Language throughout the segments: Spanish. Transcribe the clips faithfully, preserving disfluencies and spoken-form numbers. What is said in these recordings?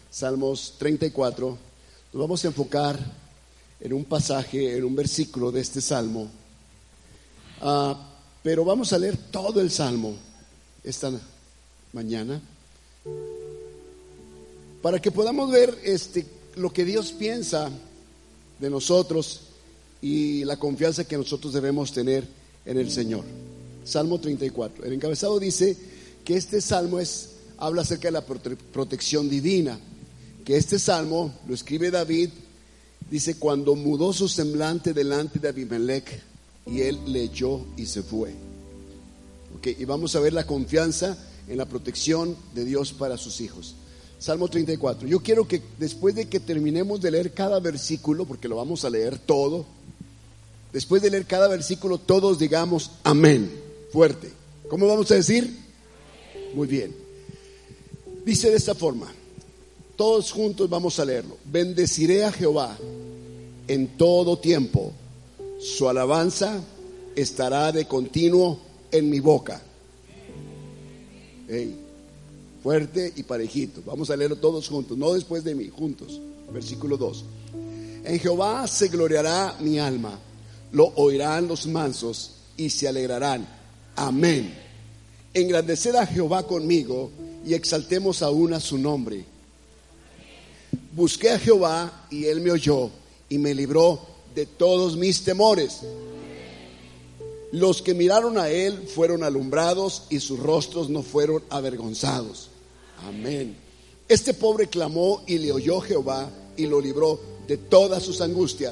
Salmos treinta y cuatro. Nos vamos a enfocar en un pasaje, en un versículo de este salmo. Uh, pero vamos a leer todo el salmo esta mañana para que podamos ver este, lo que Dios piensa de nosotros y la confianza que nosotros debemos tener en el Señor. Salmo treinta y cuatro. El encabezado dice que este salmo es, habla acerca de la prote- protección divina. Que este salmo lo escribe David, dice, cuando mudó su semblante delante de Abimelech y él leyó y se fue. Okay, y vamos a ver la confianza en la protección de Dios para sus hijos. Salmo treinta y cuatro. Yo quiero que después de que terminemos de leer cada versículo, porque lo vamos a leer todo, después de leer cada versículo todos digamos amén, fuerte. ¿Cómo vamos a decir? Muy bien. Dice de esta forma, todos juntos vamos a leerlo. Bendeciré a Jehová en todo tiempo, su alabanza estará de continuo en mi boca. Hey, fuerte y parejito. Vamos a leerlo todos juntos, no después de mí, juntos. Versículo dos. En Jehová se gloriará mi alma, lo oirán los mansos y se alegrarán. Amén. Engrandeced a Jehová conmigo y exaltemos aún a su nombre. Busqué a Jehová y él me oyó y me libró de todos mis temores. Los que miraron a él fueron alumbrados y sus rostros no fueron avergonzados. Amén. Este pobre clamó y le oyó Jehová y lo libró de todas sus angustias.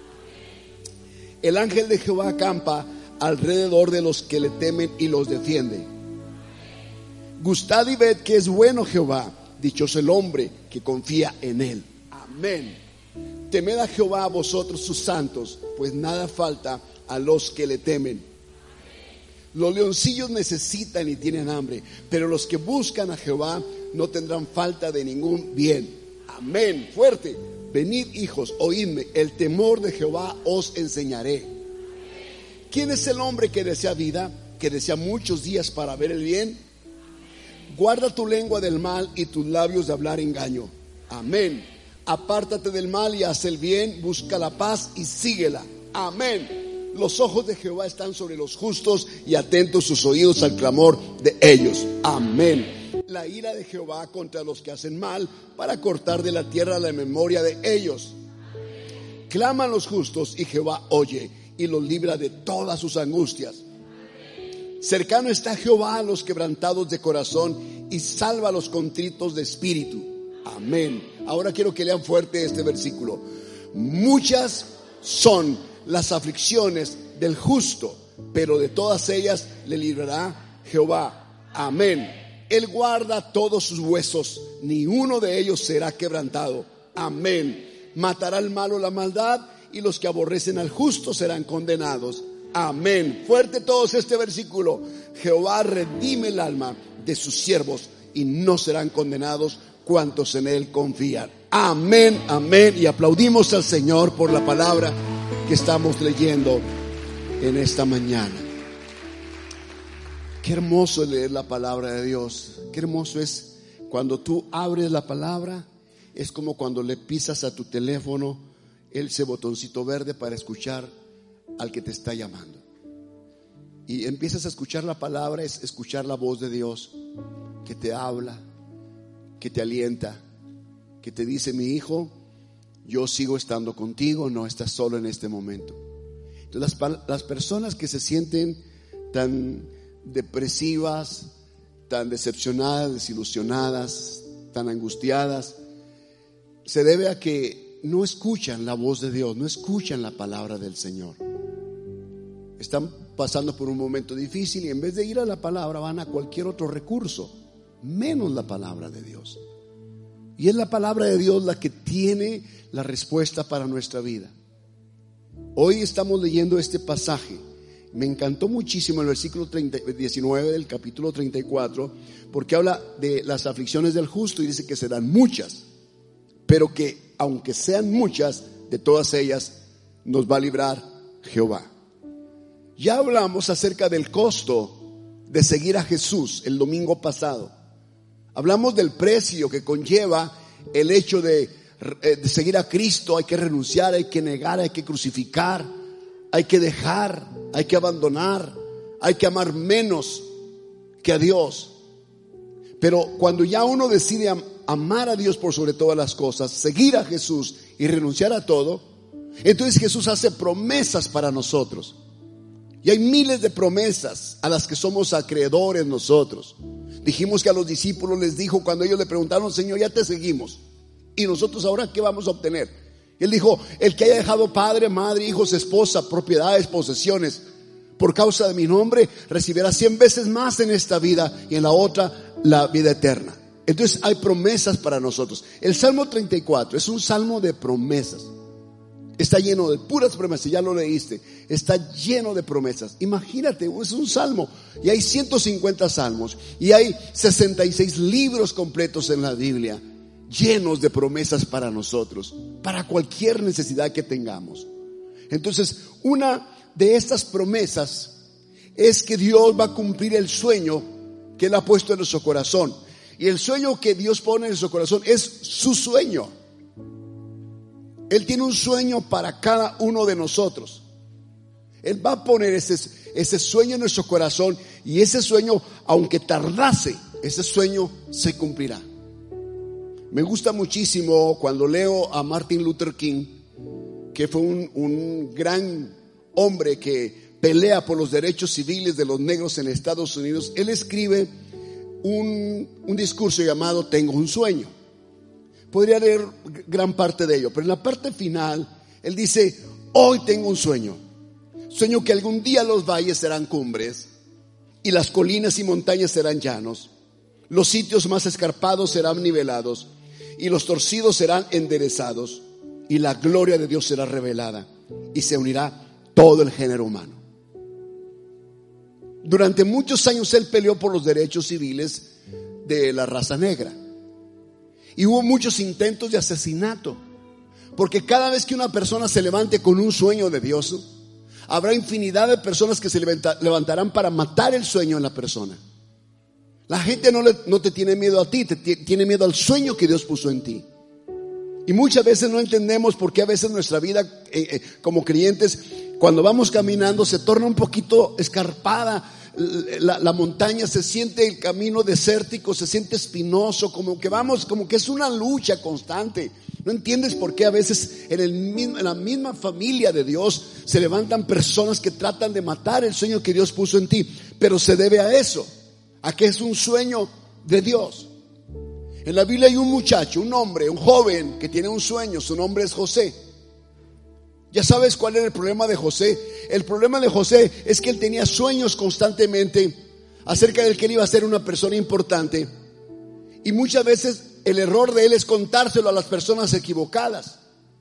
El ángel de Jehová acampa alrededor de los que le temen y los defiende. Gustad y ved que es bueno Jehová, dichoso el hombre que confía en él. Amén. Temed a Jehová vosotros sus santos, pues nada falta a los que le temen. Los leoncillos necesitan y tienen hambre, pero los que buscan a Jehová no tendrán falta de ningún bien. Amén. Fuerte. Venid, hijos, oídme, el temor de Jehová os enseñaré. ¿Quién es el hombre que desea vida, que desea muchos días para ver el bien? Guarda tu lengua del mal y tus labios de hablar engaño. Amén. Apártate del mal y haz el bien, busca la paz y síguela. Amén. Los ojos de Jehová están sobre los justos y atentos sus oídos al clamor de ellos. Amén. La ira de Jehová contra los que hacen mal, para cortar de la tierra la memoria de ellos. Claman los justos y Jehová oye y los libra de todas sus angustias. Cercano está Jehová a los quebrantados de corazón y salva a los contritos de espíritu. Amén. Ahora quiero que lean fuerte este versículo. Muchas son las aflicciones del justo, pero de todas ellas le librará Jehová. Amén. Él guarda todos sus huesos, ni uno de ellos será quebrantado. Amén. Matará al malo la maldad y los que aborrecen al justo serán condenados. Amén. Fuerte todos este versículo. Jehová redime el alma de sus siervos y no serán condenados cuantos en él confían. Amén, amén. Y aplaudimos al Señor por la palabra que estamos leyendo en esta mañana. Qué hermoso es leer la palabra de Dios. Qué hermoso es cuando tú abres la palabra. Es como cuando le pisas a tu teléfono ese botoncito verde para escuchar al que te está llamando. Y empiezas a escuchar la palabra, es escuchar la voz de Dios que te habla, que te alienta, que te dice: mi hijo, yo sigo estando contigo, no estás solo en este momento. Entonces las, las personas que se sienten tan depresivas, tan decepcionadas, desilusionadas, tan angustiadas, se debe a que no escuchan la voz de Dios, no escuchan la palabra del Señor. Están pasando por un momento difícil y en vez de ir a la palabra van a cualquier otro recurso, menos la palabra de Dios. Y es la palabra de Dios la que tiene la respuesta para nuestra vida. Hoy estamos leyendo este pasaje. Me encantó muchísimo el versículo treinta, diecinueve del capítulo treinta y cuatro, porque habla de las aflicciones del justo y dice que serán muchas, pero que aunque sean muchas, de todas ellas nos va a librar Jehová. Ya hablamos acerca del costo de seguir a Jesús el domingo pasado. Hablamos del precio que conlleva el hecho de, de seguir a Cristo. Hay que renunciar, hay que negar, hay que crucificar, hay que dejar, hay que abandonar, hay que amar menos que a Dios. Pero cuando ya uno decide am- amar a Dios por sobre todas las cosas, seguir a Jesús y renunciar a todo, entonces Jesús hace promesas para nosotros. Y hay miles de promesas a las que somos acreedores nosotros. Dijimos que a los discípulos les dijo cuando ellos le preguntaron: Señor, ya te seguimos, ¿y nosotros ahora qué vamos a obtener? Y él dijo: el que haya dejado padre, madre, hijos, esposa, propiedades, posesiones, por causa de mi nombre, recibirá cien veces más en esta vida, y en la otra la vida eterna. Entonces hay promesas para nosotros. El Salmo treinta y cuatro es un salmo de promesas. Está lleno de puras promesas, ya lo leíste. Está lleno de promesas. Imagínate, es un salmo. Y hay ciento cincuenta salmos. Y hay sesenta y seis libros completos en la Biblia, llenos de promesas para nosotros, para cualquier necesidad que tengamos. Entonces, una de estas promesas es que Dios va a cumplir el sueño que Él ha puesto en nuestro corazón. Y el sueño que Dios pone en nuestro corazón es su sueño. Él tiene un sueño para cada uno de nosotros. Él va a poner ese, ese sueño en nuestro corazón, y ese sueño, aunque tardase, ese sueño se cumplirá. Me gusta muchísimo cuando leo a Martin Luther King, que fue un, un gran hombre que pelea por los derechos civiles de los negros en Estados Unidos. Él escribe un, un discurso llamado Tengo un sueño. Podría leer gran parte de ello, pero en la parte final él dice: hoy tengo un sueño, sueño que algún día los valles serán cumbres y las colinas y montañas serán llanos, los sitios más escarpados serán nivelados y los torcidos serán enderezados, y la gloria de Dios será revelada y se unirá todo el género humano. Durante muchos años él peleó por los derechos civiles de la raza negra. Y hubo muchos intentos de asesinato, porque cada vez que una persona se levante con un sueño de Dios, habrá infinidad de personas que se levanta, levantarán para matar el sueño en la persona. La gente no, le, no te tiene miedo a ti, te tiene miedo al sueño que Dios puso en ti. Y muchas veces no entendemos por qué a veces nuestra vida eh, eh, como creyentes, cuando vamos caminando, se torna un poquito escarpada. La, la montaña se siente, el camino desértico se siente espinoso, como que vamos, como que es una lucha constante. No entiendes por qué a veces en, el mismo, en la misma familia de Dios se levantan personas que tratan de matar el sueño que Dios puso en ti. Pero se debe a eso, a que es un sueño de Dios. En la Biblia hay un muchacho, un hombre, un joven que tiene un sueño. Su nombre es José. Ya sabes cuál era el problema de José. El problema de José es que él tenía sueños constantemente acerca de que él iba a ser una persona importante, y muchas veces el error de él es contárselo a las personas equivocadas.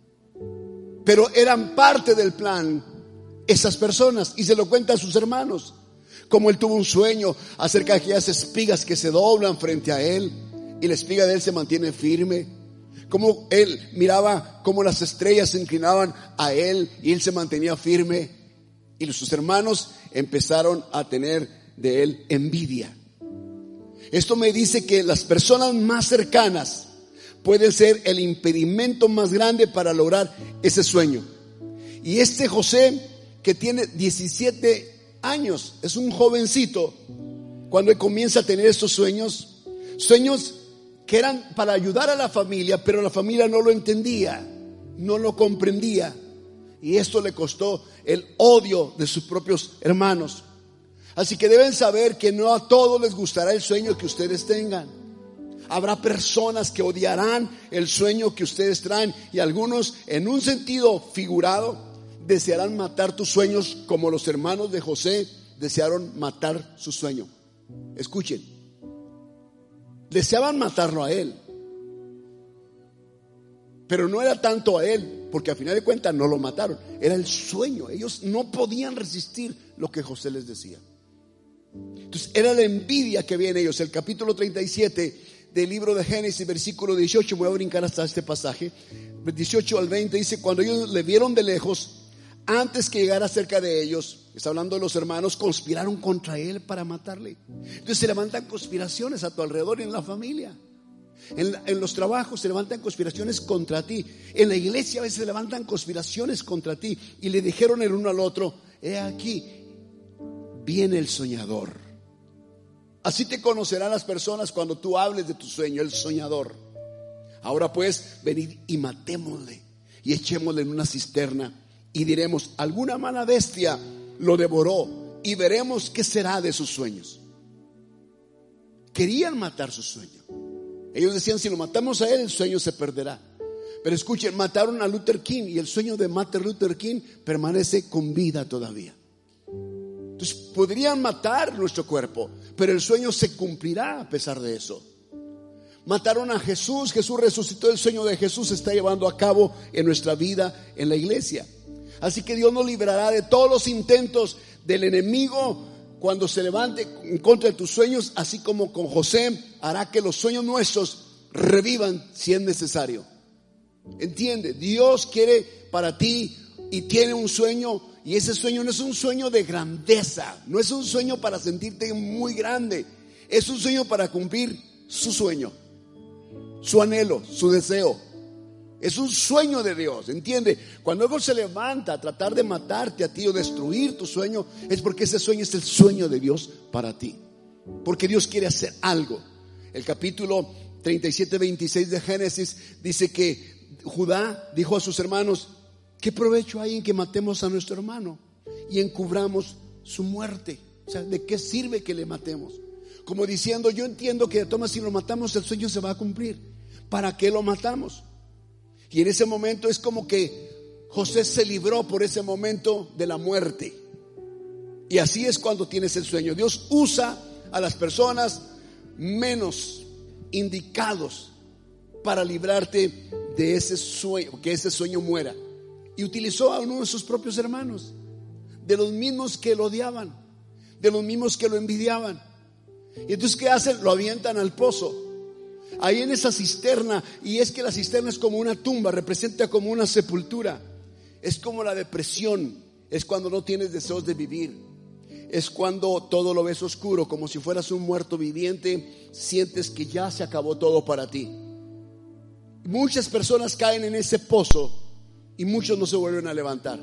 Pero eran parte del plan esas personas, y se lo cuenta a sus hermanos. Como él tuvo un sueño acerca de aquellas espigas que se doblan frente a él, y la espiga de él se mantiene firme. Como él miraba cómo las estrellas se inclinaban a él y él se mantenía firme, y sus hermanos empezaron a tener de él envidia. Esto me dice que las personas más cercanas pueden ser el impedimento más grande para lograr ese sueño. Y este José, que tiene diecisiete años, es un jovencito cuando él comienza a tener estos sueños, sueños que eran para ayudar a la familia, pero la familia no lo entendía, no lo comprendía, y esto le costó el odio de sus propios hermanos. Así que deben saber que no a todos les gustará el sueño que ustedes tengan. Habrá personas que odiarán el sueño que ustedes traen, y algunos, en un sentido figurado, desearán matar tus sueños, como los hermanos de José desearon matar su sueño. Escuchen. Deseaban matarlo a él, pero no era tanto a él, porque al final de cuentas no lo mataron. Era el sueño. Ellos no podían resistir lo que José les decía. Entonces era la envidia que había en ellos. El capítulo treinta y siete del libro de Génesis, versículo dieciocho, voy a brincar hasta este pasaje, dieciocho al veinte, dice: cuando ellos le vieron de lejos, antes que llegara cerca de ellos, está hablando de los hermanos, conspiraron contra él para matarle. Entonces se levantan conspiraciones a tu alrededor y en la familia. En, la, en los trabajos se levantan conspiraciones contra ti. En la iglesia a veces se levantan conspiraciones contra ti. Y le dijeron el uno al otro: he aquí, viene el soñador. Así te conocerán las personas cuando tú hables de tu sueño, el soñador. Ahora pues, venid y matémosle y echémosle en una cisterna, y diremos: alguna mala bestia lo devoró, y veremos qué será de sus sueños. Querían matar su sueño. Ellos decían: si lo matamos a él, el sueño se perderá. Pero escuchen, mataron a Luther King, y el sueño de Martin Luther King permanece con vida todavía. Entonces podrían matar nuestro cuerpo, pero el sueño se cumplirá a pesar de eso. Mataron a Jesús, Jesús resucitó, el sueño de Jesús se está llevando a cabo en nuestra vida, en la iglesia. Así que Dios nos librará de todos los intentos del enemigo cuando se levante en contra de tus sueños, así como con José hará que los sueños nuestros revivan si es necesario. Entiende, Dios quiere para ti y tiene un sueño, y ese sueño no es un sueño de grandeza, no es un sueño para sentirte muy grande, es un sueño para cumplir su sueño, su anhelo, su deseo. Es un sueño de Dios, ¿entiende? Cuando algo se levanta a tratar de matarte a ti o destruir tu sueño, es porque ese sueño es el sueño de Dios para ti. Porque Dios quiere hacer algo. El capítulo treinta y siete, veintiséis de Génesis dice que Judá dijo a sus hermanos: ¿qué provecho hay en que matemos a nuestro hermano y encubramos su muerte? O sea, ¿de qué sirve que le matemos? Como diciendo: yo entiendo que de todas si lo matamos el sueño se va a cumplir. ¿Para qué lo matamos? Y en ese momento es como que José se libró por ese momento de la muerte. Y así es cuando tienes el sueño. Dios usa a las personas menos indicados para librarte de ese sueño, que ese sueño muera. Y utilizó a uno de sus propios hermanos, de los mismos que lo odiaban, de los mismos que lo envidiaban. Y entonces ¿qué hacen? Lo avientan al pozo, ahí en esa cisterna. Y es que la cisterna es como una tumba, representa como una sepultura. Es como la depresión, es cuando no tienes deseos de vivir, es cuando todo lo ves oscuro, como si fueras un muerto viviente. Sientes que ya se acabó todo para ti. Muchas personas caen en ese pozo y muchos no se vuelven a levantar.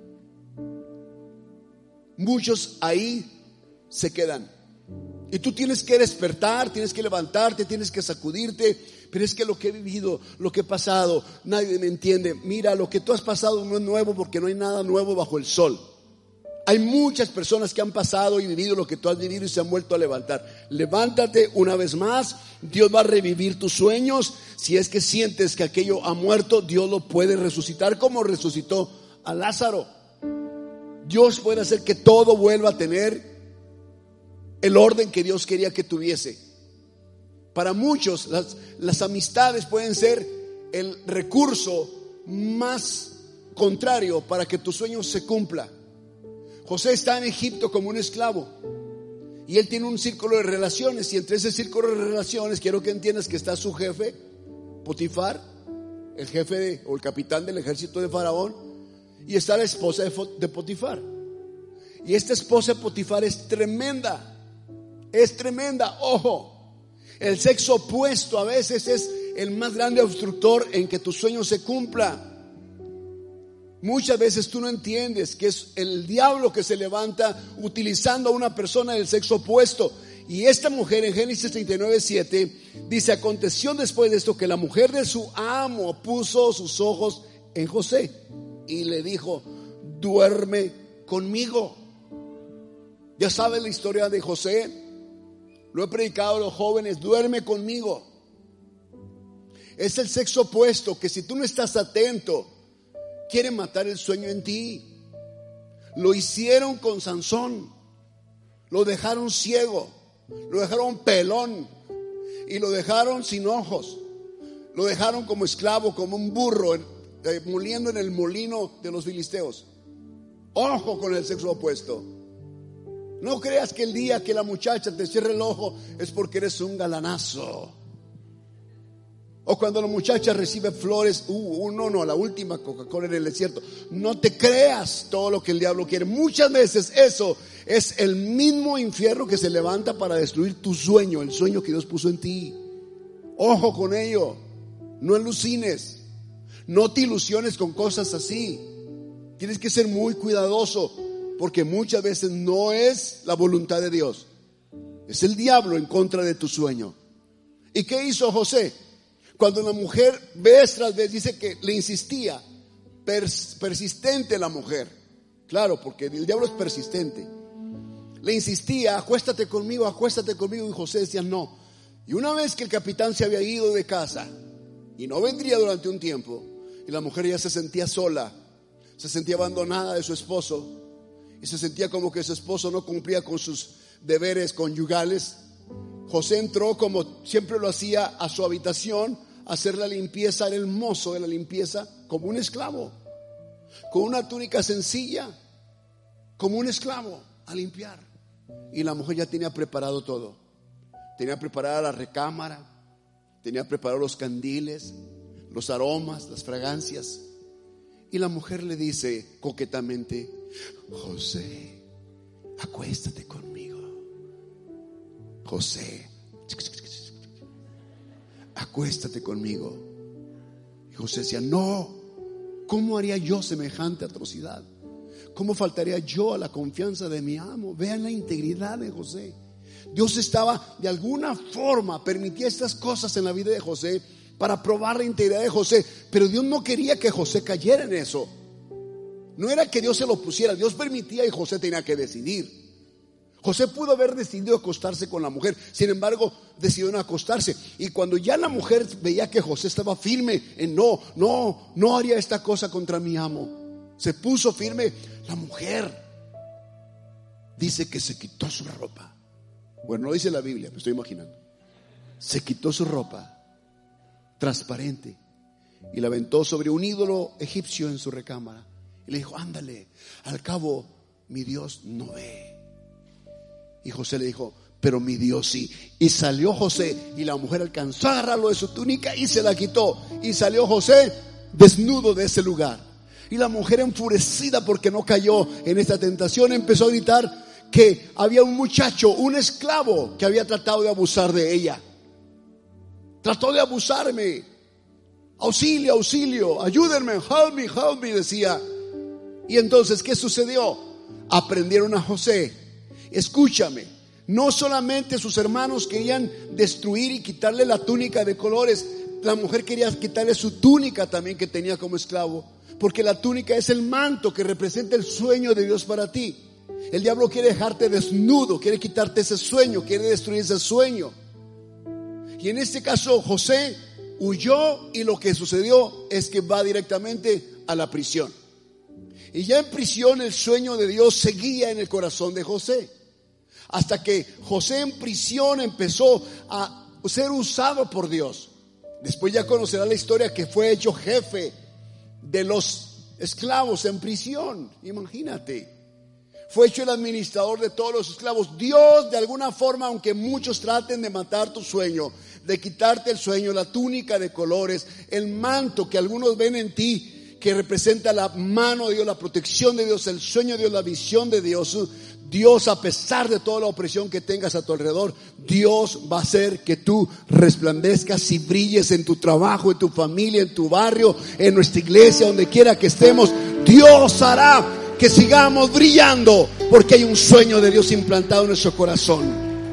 Muchos ahí se quedan. Y tú tienes que despertar, tienes que levantarte, tienes que sacudirte. Pero es que lo que he vivido, lo que he pasado, nadie me entiende. Mira, lo que tú has pasado no es nuevo, porque no hay nada nuevo bajo el sol. Hay muchas personas que han pasado y vivido lo que tú has vivido y se han vuelto a levantar. Levántate una vez más. Dios va a revivir tus sueños. Si es que sientes que aquello ha muerto, Dios lo puede resucitar, como resucitó a Lázaro. Dios puede hacer que todo vuelva a tener el orden que Dios quería que tuviese. Para muchos las, las amistades pueden ser el recurso más contrario para que tu sueño se cumpla. José está en Egipto como un esclavo y él tiene un círculo de relaciones, y entre ese círculo de relaciones quiero que entiendas que está su jefe Potifar, el jefe de, o el capitán del ejército de Faraón, y está la esposa de, de Potifar. Y esta esposa de Potifar es tremenda. Es tremenda, ojo. El sexo opuesto a veces es el más grande obstructor en que tu sueño se cumpla. Muchas veces tú no entiendes que es el diablo que se levanta utilizando a una persona del sexo opuesto. Y esta mujer en Génesis treinta y nueve, siete dice: aconteció después de esto que la mujer de su amo puso sus ojos en José y le dijo: duerme conmigo. Ya sabes la historia de José. Lo he predicado a los jóvenes: duerme conmigo. Es el sexo opuesto que, si tú no estás atento, quiere matar el sueño en ti. Lo hicieron con Sansón. Lo dejaron ciego, lo dejaron pelón y lo dejaron sin ojos. Lo dejaron como esclavo, como un burro, eh, moliendo en el molino de los filisteos. Ojo con el sexo opuesto. No creas que el día que la muchacha te cierre el ojo es porque eres un galanazo. O cuando la muchacha recibe flores, uh, no, no, la última Coca-Cola en el desierto. No te creas todo lo que el diablo quiere. Muchas veces eso es el mismo infierno que se levanta para destruir tu sueño, el sueño que Dios puso en ti. Ojo con ello. No alucines. No te ilusiones con cosas así. Tienes que ser muy cuidadoso, porque muchas veces no es la voluntad de Dios. Es el diablo en contra de tu sueño. ¿Y qué hizo José? Cuando la mujer vez tras vez dice que le insistía, pers- persistente la mujer. Claro, porque el diablo es persistente. Le insistía, acuéstate conmigo, acuéstate conmigo. Y José decía no. Y una vez que el capitán se había ido de casa y no vendría durante un tiempo, y la mujer ya se sentía sola, se sentía abandonada de su esposo, y se sentía como que su esposo no cumplía con sus deberes conyugales, José entró, como siempre lo hacía, a su habitación a hacer la limpieza. Era el mozo de la limpieza, como un esclavo, con una túnica sencilla, como un esclavo, a limpiar. Y la mujer ya tenía preparado todo. Tenía preparada la recámara, tenía preparados los candiles, los aromas, las fragancias. Y la mujer le dice coquetamente: José, acuéstate conmigo. José, acuéstate conmigo. Y José decía: no, ¿cómo haría yo semejante atrocidad? ¿Cómo faltaría yo a la confianza de mi amo? Vean la integridad de José. Dios estaba de alguna forma, permitía estas cosas en la vida de José para probar la integridad de José. Pero Dios no quería que José cayera en eso. No era que Dios se lo pusiera, Dios permitía y José tenía que decidir. José pudo haber decidido acostarse con la mujer, sin embargo decidió no acostarse. Y cuando ya la mujer veía que José estaba firme en no, no, no haría esta cosa contra mi amo, se puso firme, la mujer dice que se quitó su ropa. Bueno, no dice la Biblia, me estoy imaginando. Se quitó su ropa transparente y la aventó sobre un ídolo egipcio en su recámara. Y le dijo: ándale, al cabo mi Dios no ve. Y José le dijo: pero mi Dios sí. Y salió José, y la mujer alcanzó a agarrarlo de su túnica y se la quitó. Y salió José desnudo de ese lugar. Y la mujer, enfurecida porque no cayó en esta tentación, empezó a gritar que había un muchacho, un esclavo, que había tratado de abusar de ella. Trató de abusarme. Auxilio, auxilio, ayúdenme, help me, help me, decía. Y entonces, ¿qué sucedió? Aprendieron a José. Escúchame, no solamente sus hermanos querían destruir y quitarle la túnica de colores, la mujer quería quitarle su túnica también que tenía como esclavo, porque la túnica es el manto que representa el sueño de Dios para ti. El diablo quiere dejarte desnudo, quiere quitarte ese sueño, quiere destruir ese sueño. Y en este caso José huyó, y lo que sucedió es que va directamente a la prisión. Y ya en prisión el sueño de Dios seguía en el corazón de José, hasta que José en prisión empezó a ser usado por Dios. Después ya conocerá la historia que fue hecho jefe de los esclavos en prisión. Imagínate, fue hecho el administrador de todos los esclavos. Dios, de alguna forma, aunque muchos traten de matar tu sueño, de quitarte el sueño, la túnica de colores, el manto que algunos ven en ti, que representa la mano de Dios, la protección de Dios, el sueño de Dios, la visión de Dios. Dios, a pesar de toda la opresión que tengas a tu alrededor, Dios va a hacer que tú resplandezcas y brilles en tu trabajo, en tu familia, en tu barrio, en nuestra iglesia, donde quiera que estemos. Dios hará que sigamos brillando, porque hay un sueño de Dios implantado en nuestro corazón.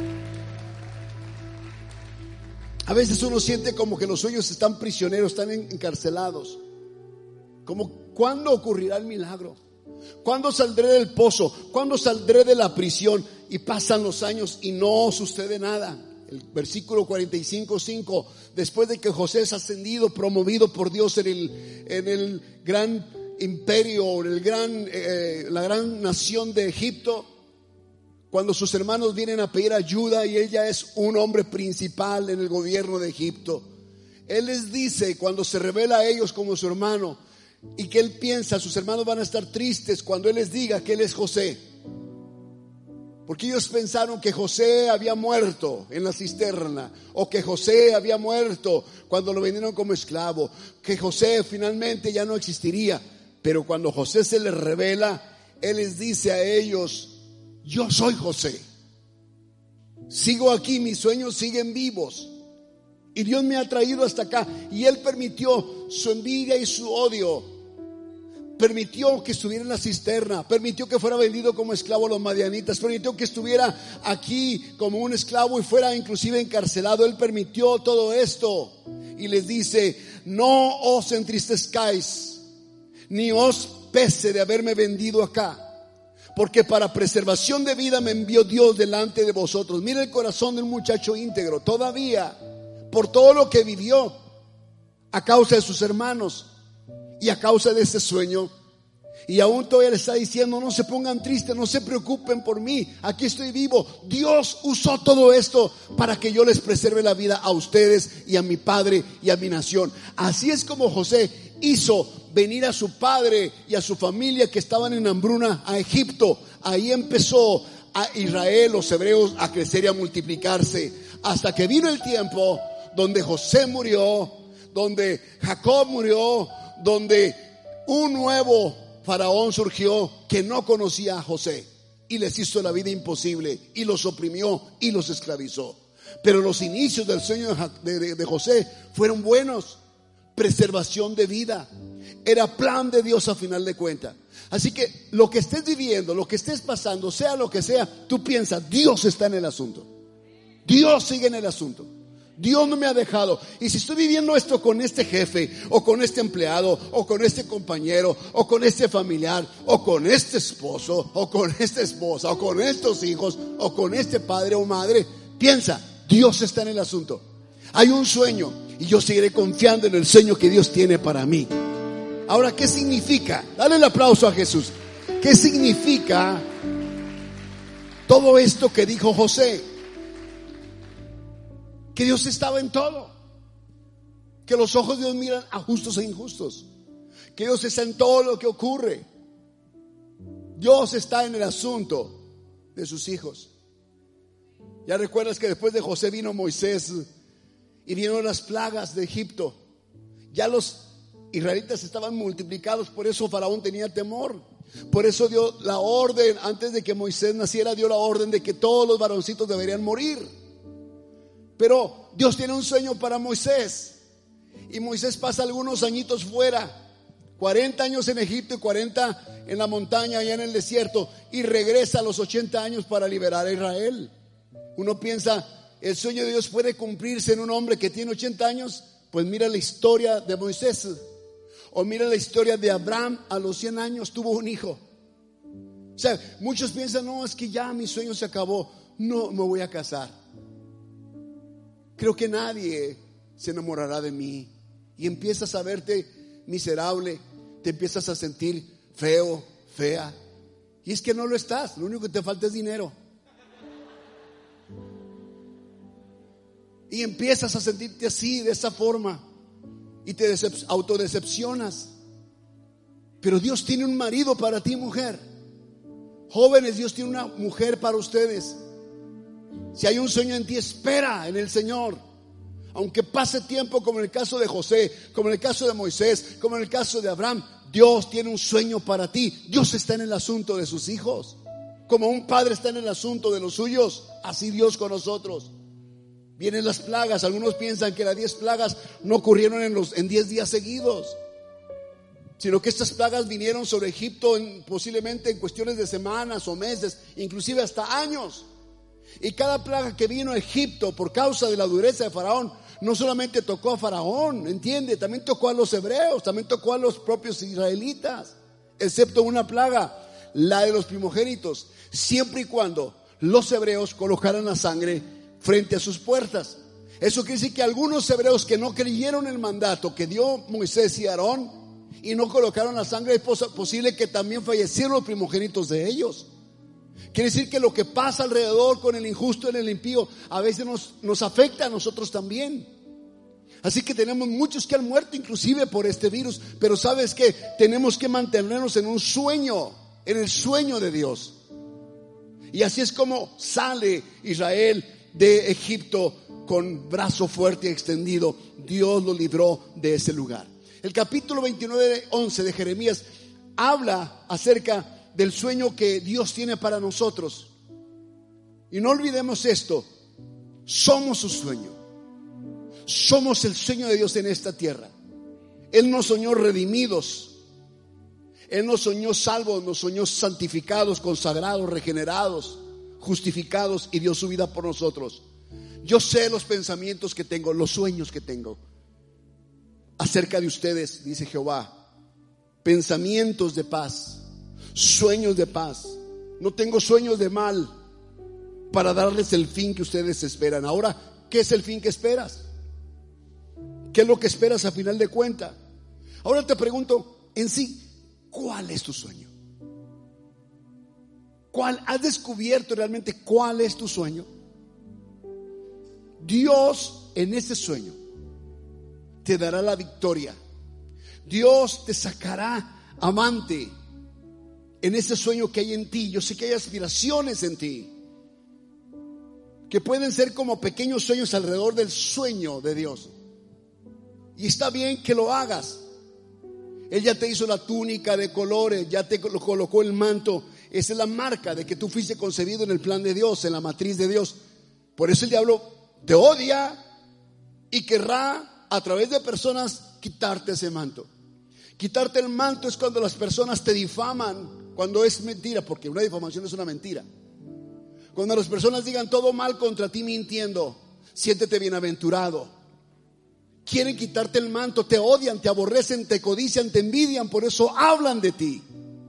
A veces uno siente como que los sueños están prisioneros, están encarcelados. Como, ¿cuándo ocurrirá el milagro? ¿Cuándo saldré del pozo? ¿Cuándo saldré de la prisión? Y pasan los años y no sucede nada. El versículo cuarenta y cinco, cinco, después de que José es ascendido, promovido por Dios en el, en el gran imperio, en el gran, eh, la gran nación de Egipto, cuando sus hermanos vienen a pedir ayuda y él ya es un hombre principal en el gobierno de Egipto, él les dice, cuando se revela a ellos como su hermano, y que él piensa, sus hermanos van a estar tristes cuando él les diga que él es José, porque ellos pensaron que José había muerto en la cisterna, o que José había muerto cuando lo vendieron como esclavo, que José finalmente ya no existiría. Pero cuando José se les revela, él les dice a ellos: yo soy José, sigo aquí, mis sueños siguen vivos. Y Dios me ha traído hasta acá. Y Él permitió su envidia y su odio. Permitió que estuviera en la cisterna. Permitió que fuera vendido como esclavo a los madianitas. Permitió que estuviera aquí como un esclavo y fuera inclusive encarcelado. Él permitió todo esto. Y les dice: no os entristezcáis, ni os pese de haberme vendido acá, porque para preservación de vida me envió Dios delante de vosotros. Mira el corazón del muchacho íntegro. Todavía, por todo lo que vivió, a causa de sus hermanos y a causa de ese sueño, y aún todavía le está diciendo: no se pongan tristes, no se preocupen por mí, aquí estoy vivo. Dios usó todo esto para que yo les preserve la vida a ustedes y a mi padre y a mi nación. Así es como José hizo venir a su padre y a su familia que estaban en hambruna a Egipto. Ahí empezó a Israel, los hebreos, a crecer y a multiplicarse, hasta que vino el tiempo donde José murió, donde Jacob murió, donde un nuevo faraón surgió que no conocía a José y les hizo la vida imposible y los oprimió y los esclavizó. Pero los inicios del sueño de, de, de José fueron buenos. Preservación de vida. Era plan de Dios a final de cuentas. Así que lo que estés viviendo, lo que estés pasando, sea lo que sea, tú piensas: Dios está en el asunto. Dios sigue en el asunto. Dios no me ha dejado. Y si estoy viviendo esto con este jefe, o con este empleado, o con este compañero, o con este familiar, o con este esposo, o con esta esposa, o con estos hijos, o con este padre o madre, piensa: Dios está en el asunto. Hay un sueño y yo seguiré confiando en el sueño que Dios tiene para mí. Ahora, ¿qué significa? Dale el aplauso a Jesús. ¿Qué significa todo esto que dijo José? Que Dios estaba en todo. Que los ojos de Dios miran a justos e injustos. Que Dios está en todo lo que ocurre. Dios está en el asunto de sus hijos. Ya recuerdas que después de José vino Moisés y vinieron las plagas de Egipto. Ya los israelitas estaban multiplicados, por eso Faraón tenía temor. Por eso dio la orden, antes de que Moisés naciera, dio la orden de que todos los varoncitos deberían morir. Pero Dios tiene un sueño para Moisés, y Moisés pasa algunos añitos fuera, cuarenta años en Egipto y cuarenta en la montaña allá en el desierto, y regresa a los ochenta años para liberar a Israel. Uno piensa: el sueño de Dios puede cumplirse en un hombre que tiene ochenta años. Pues mira la historia de Moisés, o mira la historia de Abraham. A los cien años tuvo un hijo. O sea, muchos piensan: no, es que ya mi sueño se acabó, no me voy a casar, creo que nadie se enamorará de mí. Y empiezas a verte miserable, te empiezas a sentir feo, fea. Y es que no lo estás, lo único que te falta es dinero. Y empiezas a sentirte así, de esa forma, y te decep- autodecepcionas. Pero Dios tiene un marido para ti, mujer. Jóvenes, Dios tiene una mujer para ustedes. Si hay un sueño en ti, espera en el Señor. Aunque pase tiempo, como en el caso de José, como en el caso de Moisés, como en el caso de Abraham, Dios tiene un sueño para ti. Dios está en el asunto de sus hijos. Como un padre está en el asunto de los suyos, así Dios con nosotros. Vienen las plagas. Algunos piensan que las diez plagas no ocurrieron en los en diez días seguidos, sino que estas plagas vinieron sobre Egipto en, posiblemente en cuestiones de semanas o meses, inclusive hasta años. Y cada plaga que vino a Egipto por causa de la dureza de Faraón, no solamente tocó a Faraón, entiende, también tocó a los hebreos, también tocó a los propios israelitas, excepto una plaga, la de los primogénitos, siempre y cuando los hebreos colocaran la sangre frente a sus puertas. Eso quiere decir que algunos hebreos que no creyeron el mandato que dio Moisés y Aarón y no colocaron la sangre, es posible que también fallecieron los primogénitos de ellos. Quiere decir que lo que pasa alrededor con el injusto y el impío a veces nos, nos afecta a nosotros también. Así que tenemos muchos que han muerto inclusive por este virus. Pero ¿sabes qué? Tenemos que mantenernos en un sueño, en el sueño de Dios. Y así es como sale Israel de Egipto con brazo fuerte y extendido. Dios lo libró de ese lugar. El capítulo veintinueve, once de Jeremías habla acerca del sueño que Dios tiene para nosotros. Y no olvidemos esto: somos su sueño. somos el sueño de Dios en esta tierra. Él nos soñó redimidos, Él nos soñó salvos, nos soñó santificados, consagrados, regenerados, justificados, y dio su vida por nosotros. Yo sé los pensamientos que tengo, los sueños que tengo acerca de ustedes, dice Jehová. Pensamientos de paz, sueños de paz. No tengo sueños de mal, para darles el fin que ustedes esperan. Ahora, ¿qué es el fin que esperas? ¿Qué es lo que esperas a final de cuenta? Ahora te pregunto, en sí, ¿cuál es tu sueño? ¿Cuál? ¿Has descubierto realmente cuál es tu sueño? Dios en ese sueño te dará la victoria. Dios te sacará amante en ese sueño que hay en ti. Yo sé que hay aspiraciones en ti que pueden ser como pequeños sueños alrededor del sueño de Dios. Y está bien que lo hagas. Él ya te hizo la túnica de colores, ya te colocó el manto. Esa es la marca de que tú fuiste concebido en el plan de Dios, en la matriz de Dios. Por eso el diablo te odia y querrá a través de personas quitarte ese manto. Quitarte el manto es cuando las personas te difaman, cuando es mentira, porque una difamación es una mentira. Cuando las personas digan todo mal contra ti mintiendo, siéntete bienaventurado. Quieren quitarte el manto, te odian, te aborrecen, te codician, te envidian, por eso hablan de ti.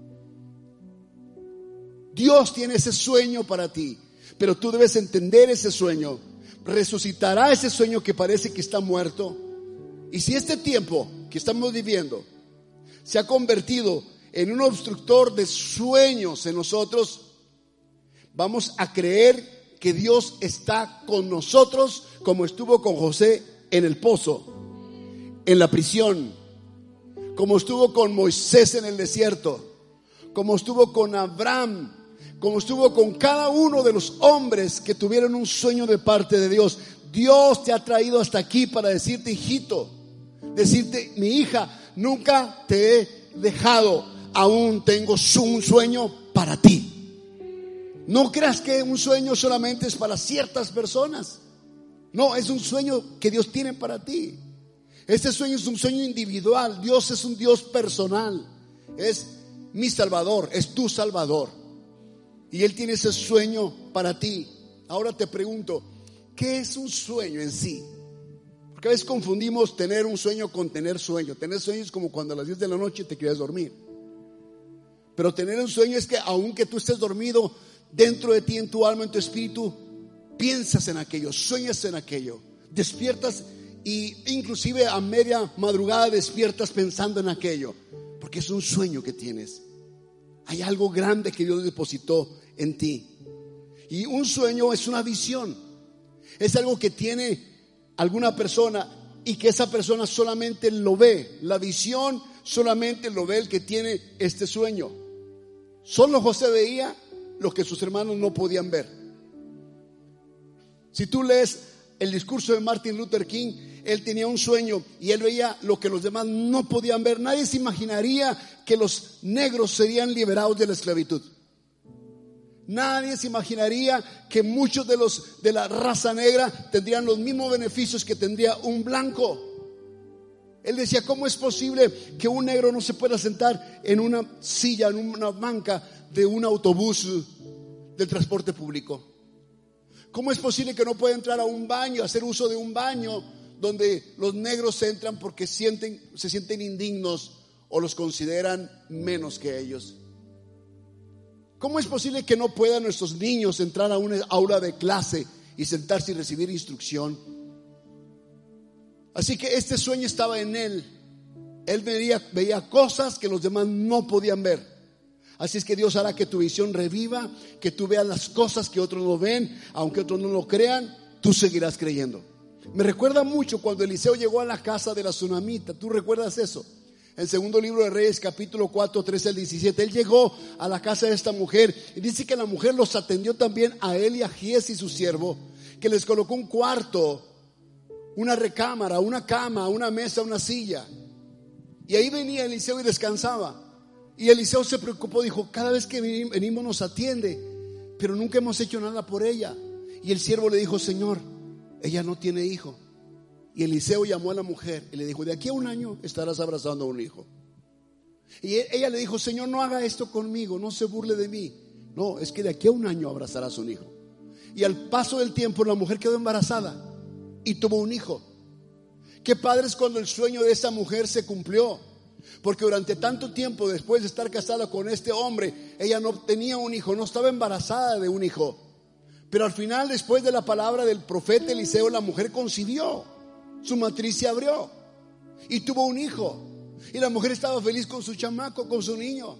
Dios tiene ese sueño para ti, pero tú debes entender ese sueño. Resucitará ese sueño que parece que está muerto. Y si este tiempo que estamos viviendo se ha convertido en un obstructor de sueños en nosotros, vamos a creer que Dios está con nosotros, como estuvo con José en el pozo, en la prisión, como estuvo con Moisés en el desierto, como estuvo con Abraham, como estuvo con cada uno de los hombres que tuvieron un sueño de parte de Dios. Dios te ha traído hasta aquí para decirte, hijito, decirte, mi hija, nunca te he dejado, aún tengo un sueño para ti. No creas que un sueño solamente es para ciertas personas. No, es un sueño que Dios tiene para ti. Este sueño es un sueño individual. Dios es un Dios personal. Es mi Salvador, es tu Salvador. Y Él tiene ese sueño para ti. Ahora te pregunto, ¿qué es un sueño en sí? Porque a veces confundimos tener un sueño con tener sueño. Tener sueño es como cuando a las diez de la noche te quieres dormir. Pero tener un sueño es que aunque tú estés dormido, dentro de ti, en tu alma, en tu espíritu, piensas en aquello, sueñas en aquello, despiertas y inclusive a media madrugada despiertas pensando en aquello, porque es un sueño que tienes. Hay algo grande que Dios depositó en ti. Y un sueño es una visión, es algo que tiene alguna persona y que esa persona solamente lo ve. La visión solamente lo ve el que tiene este sueño. Solo José veía lo que sus hermanos no podían ver. Si tú lees el discurso de Martin Luther King, él tenía un sueño y él veía lo que los demás no podían ver. Nadie se imaginaría que los negros serían liberados de la esclavitud. Nadie se imaginaría que muchos de los de la raza negra tendrían los mismos beneficios que tendría un blanco. Él decía, ¿cómo es posible que un negro no se pueda sentar en una silla, en una banca de un autobús del transporte público? ¿Cómo es posible que no pueda entrar a un baño, hacer uso de un baño donde los negros entran porque sienten, se sienten indignos o los consideran menos que ellos? ¿Cómo es posible que no puedan nuestros niños entrar a una aula de clase y sentarse y recibir instrucción? Así que este sueño estaba en él. Él veía, veía cosas que los demás no podían ver. Así es que Dios hará que tu visión reviva, que tú veas las cosas que otros no ven, aunque otros no lo crean, tú seguirás creyendo. Me recuerda mucho cuando Eliseo llegó a la casa de la tsunamita. ¿Tú recuerdas eso? El segundo libro de Reyes, capítulo cuatro, trece al diecisiete. Él llegó a la casa de esta mujer y dice que la mujer los atendió también a él y a Giesi, su siervo, que les colocó un cuarto, una recámara, una cama, una mesa, una silla. Y ahí venía Eliseo y descansaba. Y Eliseo se preocupó, dijo, cada vez que venimos nos atiende, pero nunca hemos hecho nada por ella. Y el siervo le dijo, Señor, ella no tiene hijo. Y Eliseo llamó a la mujer y le dijo: de aquí a un año estarás abrazando a un hijo. Y ella le dijo: Señor, no haga esto conmigo, no se burle de mí. No, es que de aquí a un año abrazarás a un hijo. Y al paso del tiempo la mujer quedó embarazada y tuvo un hijo. Qué padre es cuando el sueño de esa mujer se cumplió, porque durante tanto tiempo después de estar casada con este hombre, ella no tenía un hijo, no estaba embarazada de un hijo. Pero al final, después de la palabra del profeta Eliseo, la mujer concibió, su matriz se abrió y tuvo un hijo. Y la mujer estaba feliz con su chamaco, con su niño.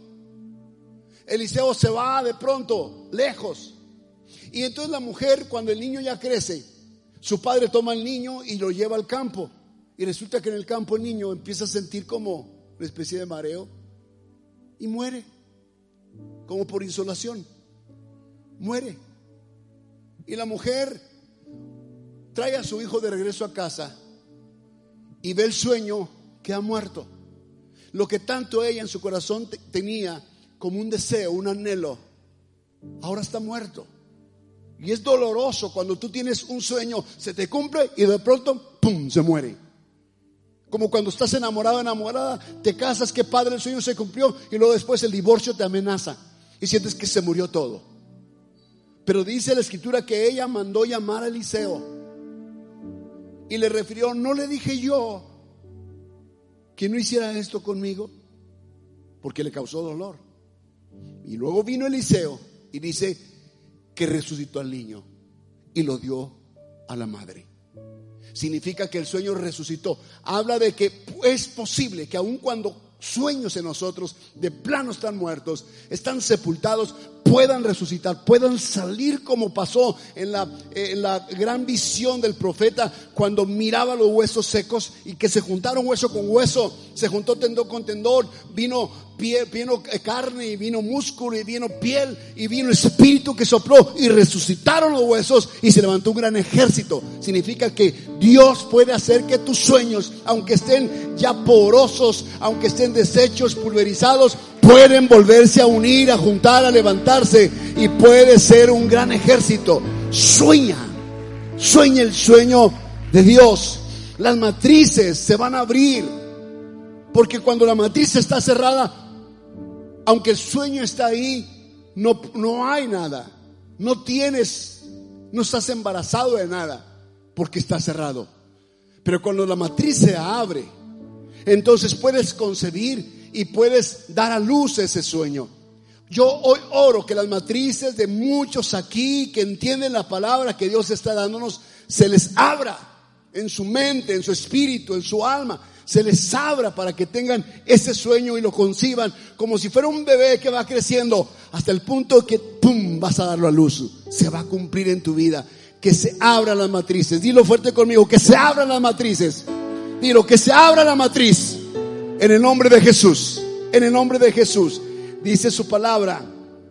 Eliseo se va de pronto, lejos. Y entonces la mujer, cuando el niño ya crece, su padre toma al niño y lo lleva al campo. Y resulta que en el campo el niño empieza a sentir como una especie de mareo y muere, como por insolación. Muere. Y la mujer trae a su hijo de regreso a casa y ve el sueño que ha muerto. Lo que tanto ella en su corazón te- tenía como un deseo, un anhelo, ahora está muerto. Y es doloroso cuando tú tienes un sueño, se te cumple y de pronto, ¡pum!, se muere. Como cuando estás enamorado, enamorada, te casas, qué padre, el sueño se cumplió, y luego después el divorcio te amenaza y sientes que se murió todo. Pero dice la escritura que ella mandó llamar a Eliseo y le refirió: ¿no le dije yo que no hiciera esto conmigo? Porque le causó dolor. Y luego vino Eliseo y dice que resucitó al niño y lo dio a la madre. Significa que el sueño resucitó. Habla de que es posible que aun cuando sueños en nosotros de plano están muertos, están sepultados, puedan resucitar, puedan salir, como pasó en la, en la gran visión del profeta, cuando miraba los huesos secos y que se juntaron hueso con hueso, se juntó tendón con tendón, vino piel, vino carne y vino músculo y vino piel y vino el espíritu que sopló y resucitaron los huesos y se levantó un gran ejército. Significa que Dios puede hacer que tus sueños, aunque estén ya porosos, aunque estén deshechos, pulverizados, pueden volverse a unir, a juntar, a levantarse, y puede ser un gran ejército. Sueña, sueña el sueño de Dios. Las matrices se van a abrir, porque cuando la matriz está cerrada, aunque el sueño está ahí, no, no hay nada. No tienes, no estás embarazado de nada, porque está cerrado. Pero cuando la matriz se abre, entonces puedes concebir y puedes dar a luz ese sueño. Yo hoy oro que las matrices de muchos aquí que entienden la palabra que Dios está dándonos, se les abra en su mente, en su espíritu, en su alma. Se les abra para que tengan ese sueño y lo conciban como si fuera un bebé que va creciendo hasta el punto que pum, vas a darlo a luz. Se va a cumplir en tu vida. Que se abran las matrices. Dilo fuerte conmigo: que se abran las matrices. Dilo: que se abra la matriz. En el nombre de Jesús. En el nombre de Jesús. Dice su palabra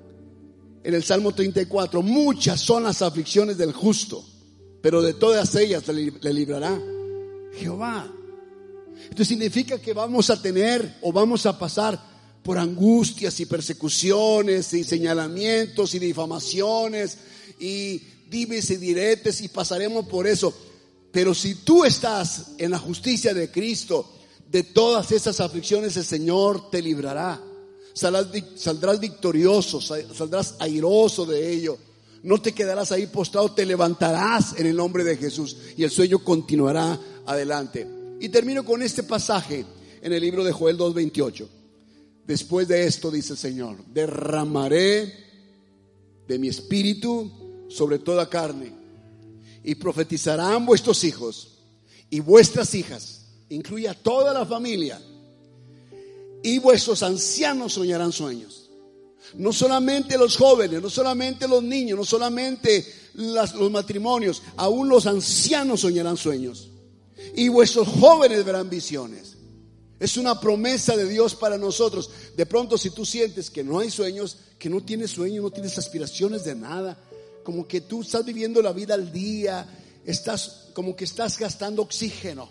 en el Salmo treinta y cuatro: muchas son las aflicciones del justo, pero de todas ellas le, le librará Jehová. Esto significa que vamos a tener o vamos a pasar por angustias y persecuciones y señalamientos y difamaciones y dimes y diretes, y pasaremos por eso. Pero si tú estás en la justicia de Cristo, de todas esas aflicciones el Señor te librará. Saldrás, saldrás victorioso, saldrás airoso de ello. No te quedarás ahí postrado, te levantarás en el nombre de Jesús y el sueño continuará adelante. Y termino con este pasaje en el libro de Joel dos veintiocho. Después de esto, dice el Señor: derramaré de mi espíritu sobre toda carne, y profetizarán vuestros hijos y vuestras hijas, incluye a toda la familia, y vuestros ancianos soñarán sueños. No solamente los jóvenes, no solamente los niños, no solamente las, los matrimonios, aún los ancianos soñarán sueños, y vuestros jóvenes verán visiones. Es una promesa de Dios para nosotros. De pronto, si tú sientes que no hay sueños, que no tienes sueños, no tienes aspiraciones de nada, como que tú estás viviendo la vida al día, estás como que estás gastando oxígeno,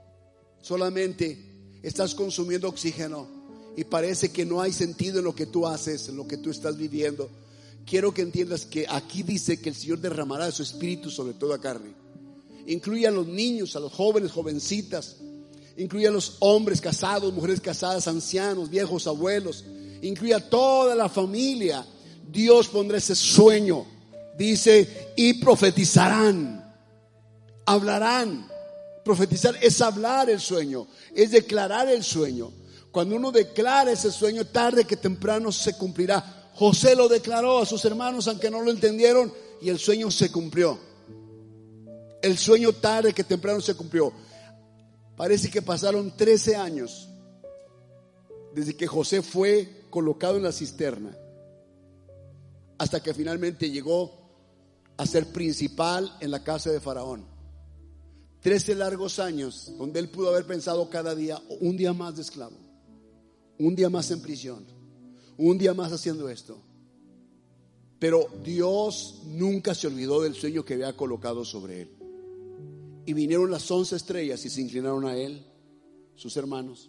solamente estás consumiendo oxígeno, y parece que no hay sentido en lo que tú haces, en lo que tú estás viviendo. Quiero que entiendas que aquí dice que el Señor derramará de su espíritu sobre toda carne, incluye a los niños, a los jóvenes, jovencitas, incluye a los hombres casados, mujeres casadas, ancianos, viejos, abuelos, incluye a toda la familia. Dios pondrá ese sueño, dice, y profetizarán, hablarán. Profetizar es hablar el sueño, es declarar el sueño. Cuando uno declara ese sueño, tarde que temprano se cumplirá. José lo declaró a sus hermanos, aunque no lo entendieron, y el sueño se cumplió. El sueño tarde que temprano se cumplió. Parece que pasaron trece años desde que José fue colocado en la cisterna hasta que finalmente llegó a ser principal en la casa de Faraón. Trece largos años donde él pudo haber pensado cada día, un día más de esclavo, un día más en prisión, un día más haciendo esto. Pero Dios nunca se olvidó del sueño que había colocado sobre él. Y vinieron las once estrellas y se inclinaron a él, sus hermanos.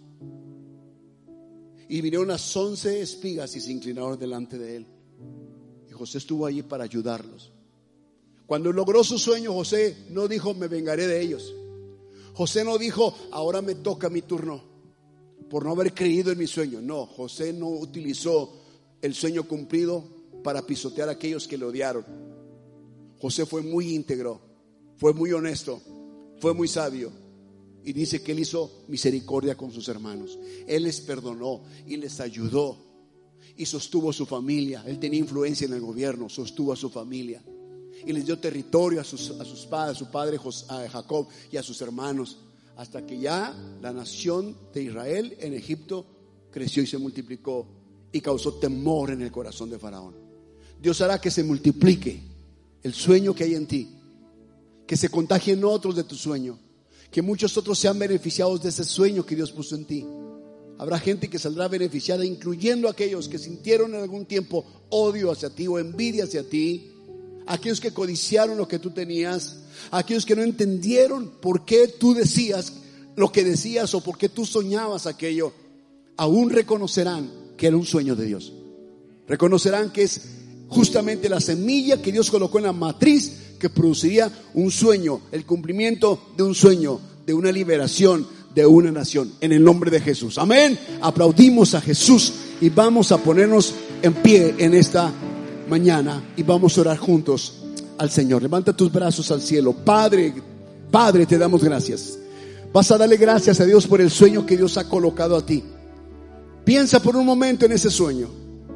Y vinieron las once espigas y se inclinaron delante de él. Y José estuvo allí para ayudarlos. Cuando logró su sueño, José no dijo, me vengaré de ellos. José no dijo, ahora me toca mi turno, por no haber creído en mi sueño. No, José no utilizó el sueño cumplido para pisotear a aquellos que le odiaron. José fue muy íntegro, fue muy honesto, fue muy sabio. Y dice que él hizo misericordia con sus hermanos. Él les perdonó y les ayudó. Y sostuvo a su familia. Él tenía influencia en el gobierno, sostuvo a su familia. Y les dio territorio a sus, a sus padres, a su padre a Jacob y a sus hermanos. Hasta que ya la nación de Israel en Egipto creció y se multiplicó. Y causó temor en el corazón de Faraón. Dios hará que se multiplique el sueño que hay en ti. Que se contagien otros de tu sueño. Que muchos otros sean beneficiados de ese sueño que Dios puso en ti. Habrá gente que saldrá beneficiada, incluyendo aquellos que sintieron en algún tiempo odio hacia ti o envidia hacia ti. Aquellos que codiciaron lo que tú tenías. Aquellos que no entendieron por qué tú decías lo que decías o por qué tú soñabas aquello. Aún reconocerán que era un sueño de Dios. Reconocerán que es justamente la semilla que Dios colocó en la matriz que produciría un sueño, el cumplimiento de un sueño, de una liberación de una nación, en el nombre de Jesús. Amén. Aplaudimos a Jesús y vamos a ponernos en pie en esta mañana y vamos a orar juntos al Señor. Levanta tus brazos al cielo. Padre, Padre, te damos gracias. Vas a darle gracias a Dios por el sueño que Dios ha colocado a ti. Piensa por un momento en ese sueño.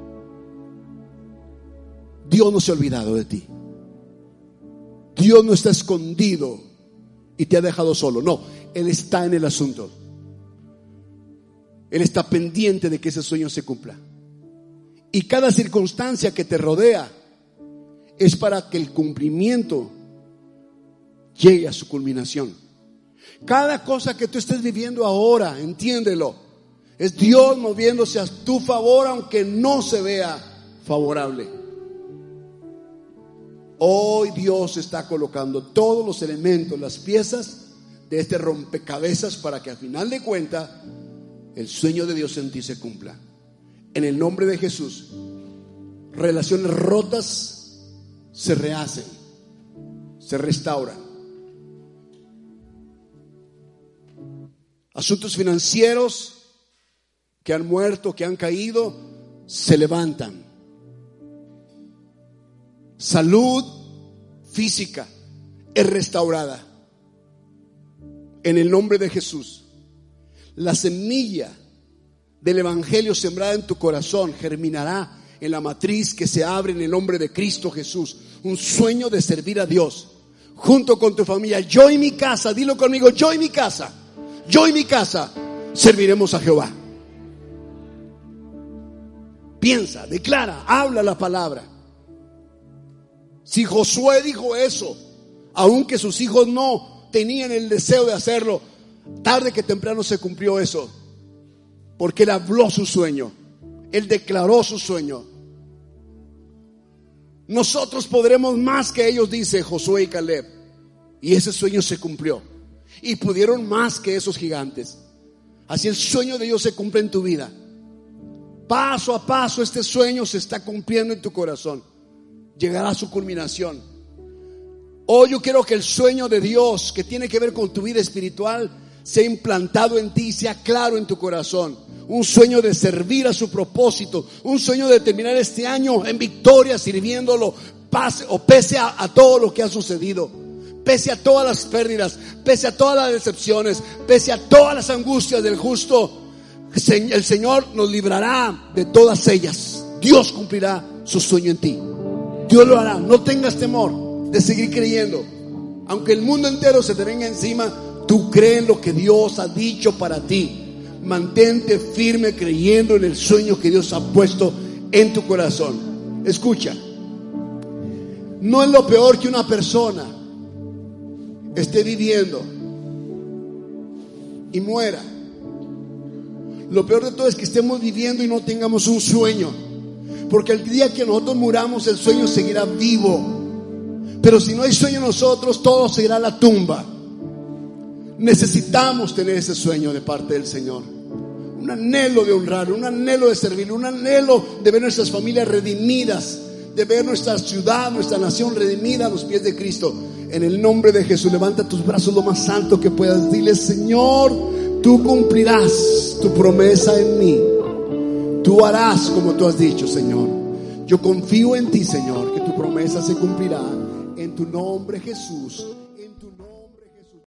Dios no se ha olvidado de ti. Dios no está escondido y te ha dejado solo. No, Él está en el asunto. Él está pendiente de que ese sueño se cumpla. Y cada circunstancia que te rodea es para que el cumplimiento llegue a su culminación. Cada cosa que tú estés viviendo ahora, entiéndelo, es Dios moviéndose a tu favor, aunque no se vea favorable. Hoy Dios está colocando todos los elementos, las piezas de este rompecabezas para que al final de cuentas el sueño de Dios en ti se cumpla. En el nombre de Jesús, relaciones rotas se rehacen, se restauran. Asuntos financieros que han muerto, que han caído, se levantan. Salud física es restaurada en el nombre de Jesús. La semilla del evangelio sembrada en tu corazón germinará en la matriz que se abre en el nombre de Cristo Jesús. Un sueño de servir a Dios junto con tu familia. Yo y mi casa, dilo conmigo, yo y mi casa, yo y mi casa serviremos a Jehová. Piensa, declara, habla la palabra. Si Josué dijo eso, aunque sus hijos no tenían el deseo de hacerlo, tarde que temprano se cumplió eso, porque él habló su sueño, él declaró su sueño. Nosotros podremos más que ellos, dice Josué y Caleb, y ese sueño se cumplió, y pudieron más que esos gigantes. Así el sueño de Dios se cumple en tu vida. Paso a paso este sueño se está cumpliendo en tu corazón. Llegará a su culminación. Hoy yo quiero que el sueño de Dios que tiene que ver con tu vida espiritual sea implantado en ti, sea claro en tu corazón. Un sueño de servir a su propósito, un sueño de terminar este año en victoria, sirviéndolo, pase o pese a, a todo lo que ha sucedido, pese a todas las pérdidas, pese a todas las decepciones, pese a todas las angustias del justo. El Señor nos librará de todas ellas. Dios cumplirá su sueño en ti. Dios lo hará. No tengas temor de seguir creyendo. Aunque el mundo entero se te venga encima, tú crees en lo que Dios ha dicho para ti. Mantente firme creyendo en el sueño que Dios ha puesto en tu corazón. Escucha, no es lo peor que una persona esté viviendo y muera. Lo peor de todo es que estemos viviendo y no tengamos un sueño, porque el día que nosotros muramos, el sueño seguirá vivo. Pero si no hay sueño en nosotros, todo seguirá la tumba. Necesitamos tener ese sueño de parte del Señor. Un anhelo de honrar, un anhelo de servir, un anhelo de ver nuestras familias redimidas, de ver nuestra ciudad, nuestra nación redimida a los pies de Cristo. En el nombre de Jesús, levanta tus brazos lo más alto que puedas. Dile: Señor, tú cumplirás tu promesa en mí. Tú harás como tú has dicho, Señor. Yo confío en ti, Señor, que tu promesa se cumplirá. En tu nombre, Jesús.